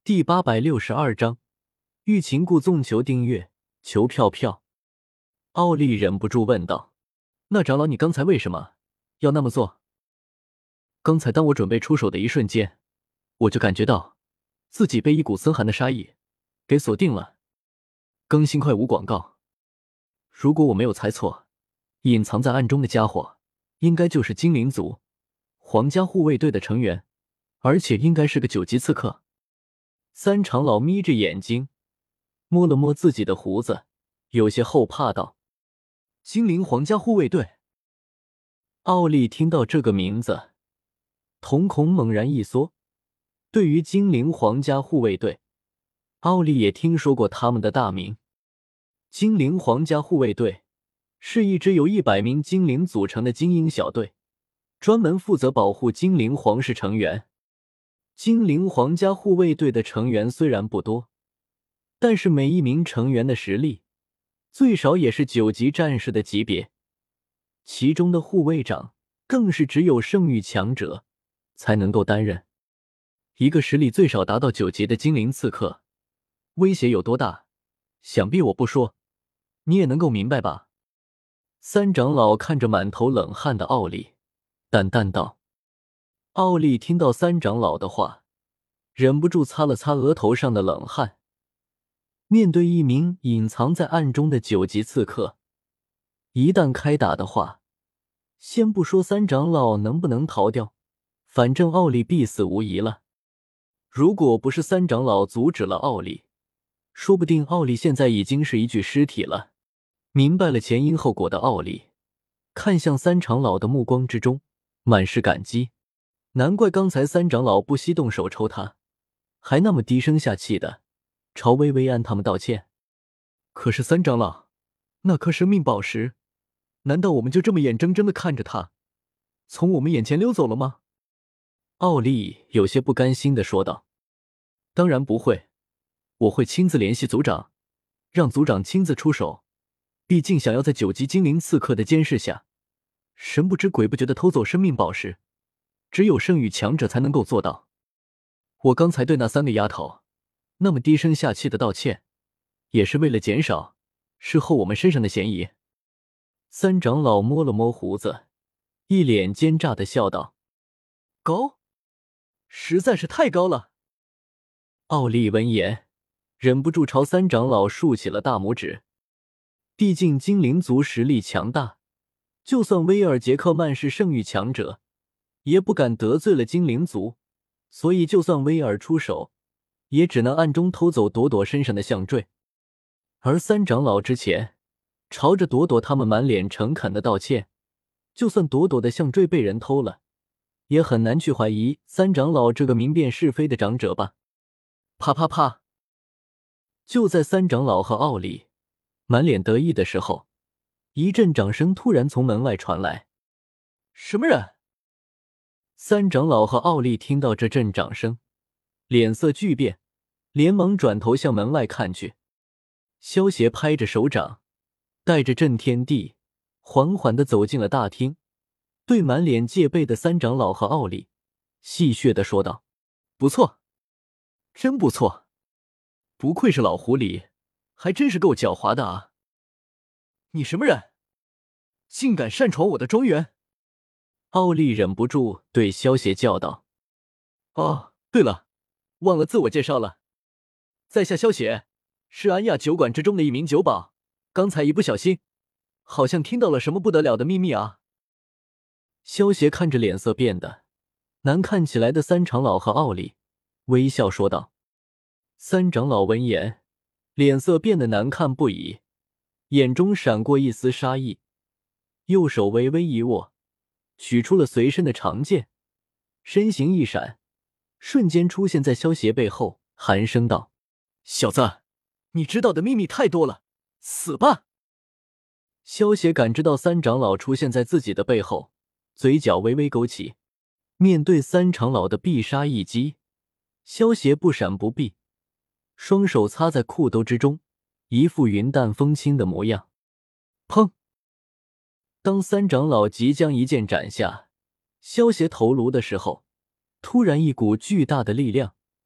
第862章，欲擒故纵，求订阅，求票票。奥利忍不住问道：“那长老，你刚才为什么要那么做？”刚才当我准备出手的一瞬间，我就感觉到自己被一股森寒的杀意给锁定了。更新快无广告。如果我没有猜错，隐藏在暗中的家伙应该就是精灵族皇家护卫队的成员，而且应该是个9级刺客。三长老眯着眼睛摸了摸自己的胡子，有些后怕道：“精灵皇家护卫队。”奥利听到这个名字，瞳孔猛然一缩。对于精灵皇家护卫队，奥利也听说过他们的大名。精灵皇家护卫队是一支由100名精灵组成的精英小队，专门负责保护精灵皇室成员。精灵皇家护卫队的成员虽然不多，但是每一名成员的实力最少也是9级战士的级别，其中的护卫长更是只有圣域强者才能够担任。一个实力最少达到9级的精灵刺客，威胁有多大，想必我不说，你也能够明白吧？三长老看着满头冷汗的奥利，淡淡道。奥利听到三长老的话，忍不住擦了擦额头上的冷汗。面对一名隐藏在暗中的9级刺客，一旦开打的话，先不说三长老能不能逃掉，反正奥利必死无疑了。如果不是三长老阻止了奥利，说不定奥利现在已经是一具尸体了。明白了前因后果的奥利，看向三长老的目光之中满是感激。难怪刚才三长老不惜动手抽他，还那么低声下气的朝薇薇安他们道歉。可是三长老，那颗生命宝石，难道我们就这么眼睁睁地看着它从我们眼前溜走了吗？奥利有些不甘心地说道。当然不会，我会亲自联系族长，让族长亲自出手，毕竟想要在9级精灵刺客的监视下神不知鬼不觉地偷走生命宝石，只有圣域强者才能够做到。我刚才对那3个丫头那么低声下气的道歉，也是为了减少事后我们身上的嫌疑。三长老摸了摸胡子，一脸奸诈的笑道：“高，实在是太高了。”奥利闻言，忍不住朝三长老竖起了大拇指。毕竟精灵族实力强大，就算威尔杰克曼是圣域强者，也不敢得罪了精灵族，所以就算威尔出手，也只能暗中偷走朵朵身上的项坠。而三长老之前朝着朵朵他们满脸诚恳的道歉，就算朵朵的项坠被人偷了，也很难去怀疑三长老这个明辨是非的长者吧。啪啪啪！就在三长老和奥利满脸得意的时候，一阵掌声突然从门外传来。什么人？三长老和奥利听到这阵掌声，脸色巨变，连忙转头向门外看去。萧协拍着手掌，带着震天地，缓缓地走进了大厅，对满脸戒备的三长老和奥利戏谑地说道：“不错，真不错，不愧是老狐狸，还真是够狡猾的啊！你什么人，竟敢擅闯我的庄园？”奥利忍不住对萧协叫道：“哦，对了，忘了自我介绍了，在下萧协，是安亚酒馆之中的一名酒保，刚才一不小心，好像听到了什么不得了的秘密啊。”萧协看着脸色变得难看起来的三长老和奥利，微笑说道。三长老闻言，脸色变得难看不已，眼中闪过一丝杀意，右手微微一握，取出了随身的长剑，身形一闪，瞬间出现在萧协背后，寒声道：“小子，你知道的秘密太多了，死吧！”萧协感知到三长老出现在自己的背后，嘴角微微勾起。面对三长老的必杀一击，萧协不闪不避，双手插在裤兜之中，一副云淡风轻的模样。砰！当三长老即将一剑斩下萧协头颅的时候，突然一股巨大的力量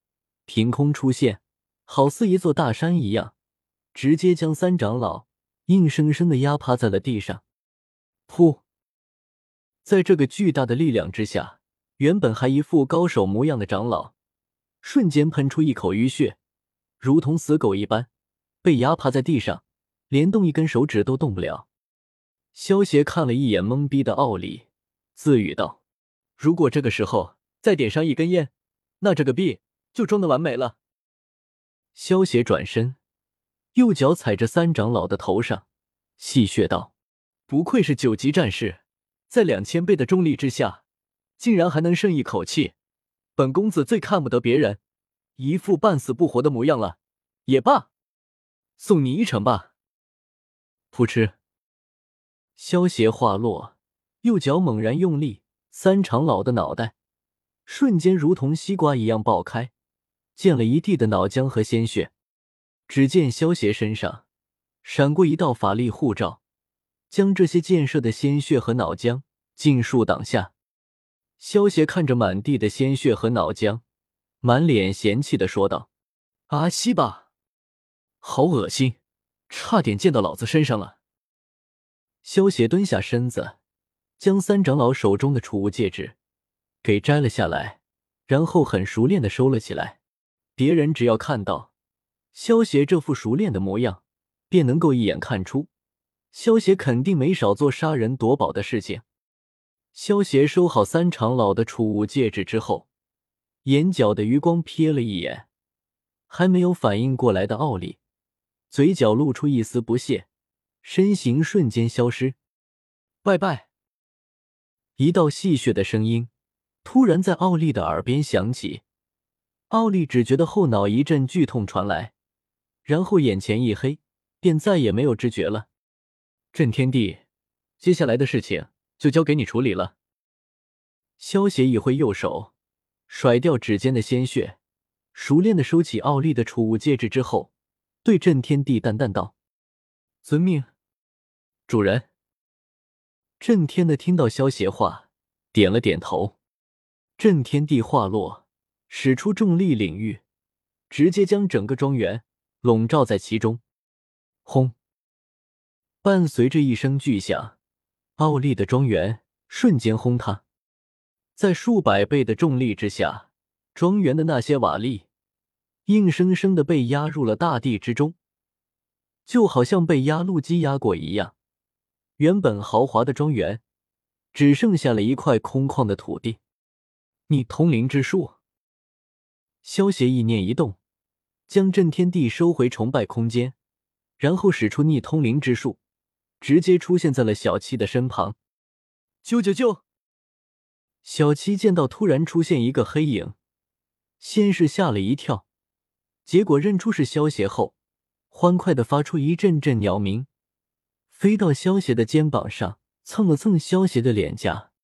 凭空出现，好似一座大山一样，直接将三长老硬生生地压趴在了地上。噗！在这个巨大的力量之下，原本还一副高手模样的长老瞬间喷出一口淤血，如同死狗一般被压趴在地上，连动一根手指都动不了。萧协看了一眼懵逼的奥利，自语道：如果这个时候再点上一根烟，那这个币就装得完美了。萧协转身，右脚踩着三长老的头上，戏谑道：不愧是9级战士，在2000倍的重力之下，竟然还能剩一口气。本公子最看不得别人一副半死不活的模样了。也罢，送你一程吧。噗嗤！萧协话落，右脚猛然用力，三长老的脑袋瞬间如同西瓜一样爆开，溅了一地的脑浆和鲜血。只见萧协身上闪过一道法力护罩，将这些溅射的鲜血和脑浆尽数挡下。萧协看着满地的鲜血和脑浆，满脸嫌弃地说道：阿西吧，好恶心，差点溅到老子身上了。萧协蹲下身子，将三长老手中的储物戒指给摘了下来，然后很熟练地收了起来。别人只要看到萧协这副熟练的模样，便能够一眼看出萧协肯定没少做杀人夺宝的事情。萧协收好三长老的储物戒指之后，眼角的余光瞥了一眼还没有反应过来的奥利，嘴角露出一丝不屑，身形瞬间消失。拜拜！一道戏谑的声音突然在奥利的耳边响起，奥利只觉得后脑一阵剧痛传来，然后眼前一黑，便再也没有知觉了。震天帝，接下来的事情就交给你处理了。萧协一挥右手，甩掉指尖的鲜血，熟练地收起奥利的储物戒指之后，对震天帝淡淡道：遵命，主人。震天的听到萧协话，点了点头。震天帝话落，使出重力领域，直接将整个庄园笼罩在其中。轰！伴随着一声巨响，奥利的庄园瞬间轰塌。在数百倍的重力之下，庄园的那些瓦砾硬生生的被压入了大地之中，就好像被压路机压过一样。原本豪华的庄园只剩下了一块空旷的土地。逆通灵之术！萧协意念一动，将震天地收回崇拜空间，然后使出逆通灵之术，直接出现在了小七的身旁。啾啾啾！小七见到突然出现一个黑影，先是吓了一跳，结果认出是萧协后，欢快地发出一阵阵鸟鸣，飞到萧协的肩膀上，蹭了蹭萧协的脸颊，